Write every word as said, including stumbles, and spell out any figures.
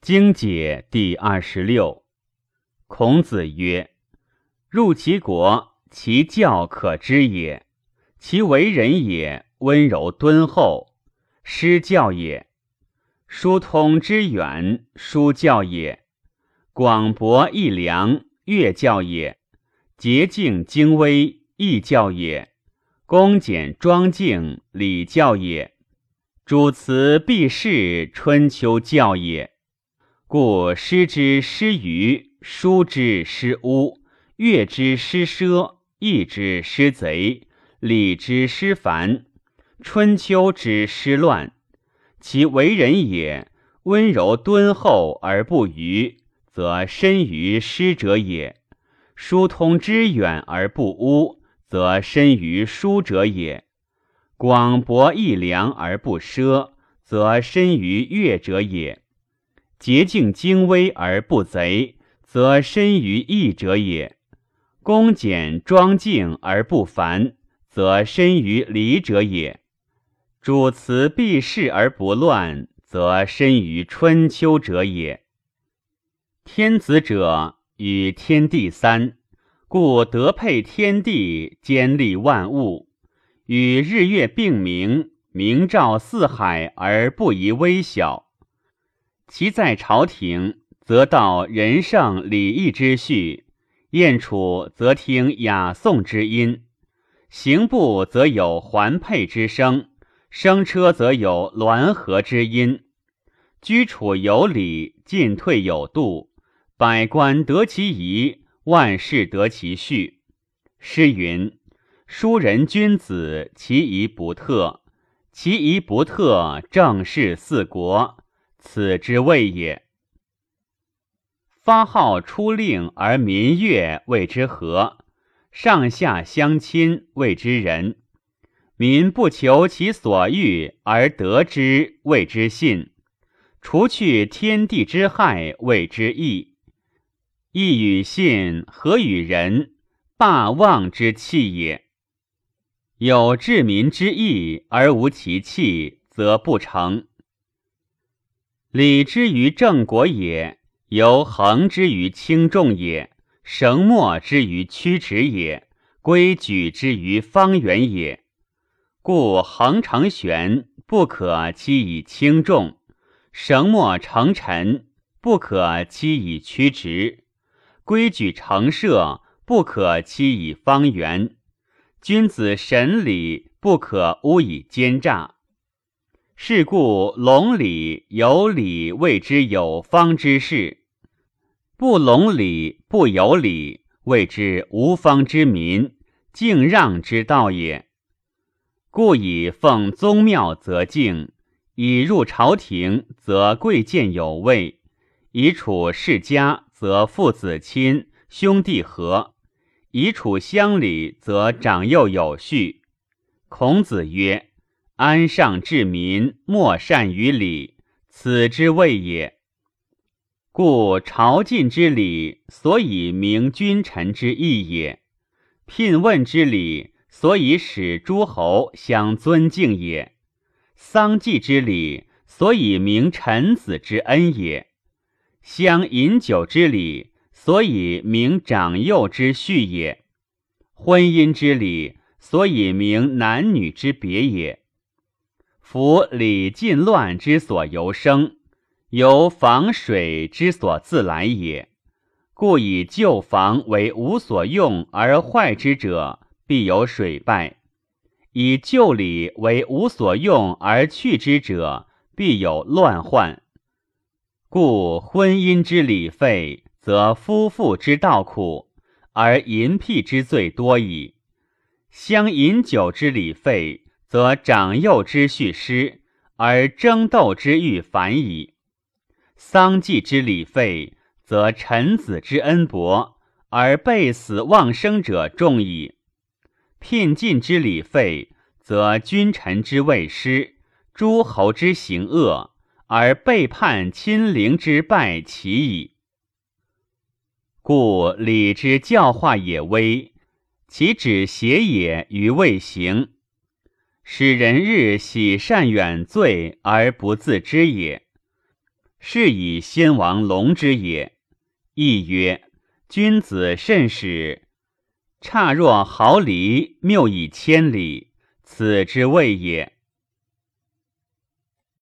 经解第二十六。孔子曰：入其国，其教可知也；其为人也，温柔敦厚，师教也；疏通之远，书教也；广博易良，乐教也；洁净精微，义教也；恭俭庄敬，礼教也；主辞避世，春秋教也。故诗之诗余，书之诗污，乐之诗奢，义之诗贼，礼之诗繁，春秋之诗乱。其为人也，温柔敦厚而不愚，则深于师者也；疏通之远而不污，则深于书者也；广博易良而不奢，则深于乐者也；洁净精微而不贼，则深于义者也；恭俭庄敬而不繁，则深于礼者也；主辞避世而不乱，则深于春秋者也。天子者，与天地三，故德配天地，兼立万物，与日月并明，明照四海而不遗微小。其在朝廷，则道仁圣礼义之序；宴处，则听雅颂之音；行步，则有环佩之声；升车，则有鸾和之音；居处有礼，进退有度，百官得其宜，万事得其序。诗云：淑人君子，其仪不特；其仪不特，正是四国，此之谓也。发号出令而民悦，谓之和；上下相亲，谓之仁；民不求其所欲而得之，谓之信；除去天地之害，谓之义。义与信，和与仁，霸望之气也。有治民之义而无其气，则不成。礼之于正国也，由衡之于轻重也，绳墨之于曲直也，规矩之于方圆也。故衡成悬，不可期以轻重；绳墨成陈，不可期以曲直；规矩成设，不可期以方圆；君子审理，不可诬以奸诈。是故隆礼有礼，谓之有方之事；不隆礼不有礼，谓之无方之民，敬让之道也。故以奉宗庙则敬，以入朝廷则贵贱有位，以处世家则父子亲，兄弟和，以处乡里则长幼有序。孔子曰：安上治民，莫善于礼，此之谓也。故朝觐之礼，所以明君臣之义也；聘问之礼，所以使诸侯相尊敬也；丧祭之礼，所以明臣子之恩也；相饮酒之礼，所以明长幼之序也；婚姻之礼，所以明男女之别也。夫礼尽乱之所由生，由防水之所自来也。故以旧防为无所用而坏之者，必有水败；以旧礼为无所用而去之者，必有乱患。故婚姻之礼废，则夫妇之道苦，而淫辟之罪多矣；相饮酒之礼废，则长幼之序失，而争斗之欲反矣；丧祭之礼废，则臣子之恩薄，而被死忘生者众矣；聘进之礼废，则君臣之位失，诸侯之行恶，而背叛亲邻之败起矣。故礼之教化也微，其止邪也于未行，使人日喜善远罪而不自知也。 是以先王龙之也。亦曰：君子慎始，差若毫厘，谬以千里，此之谓也。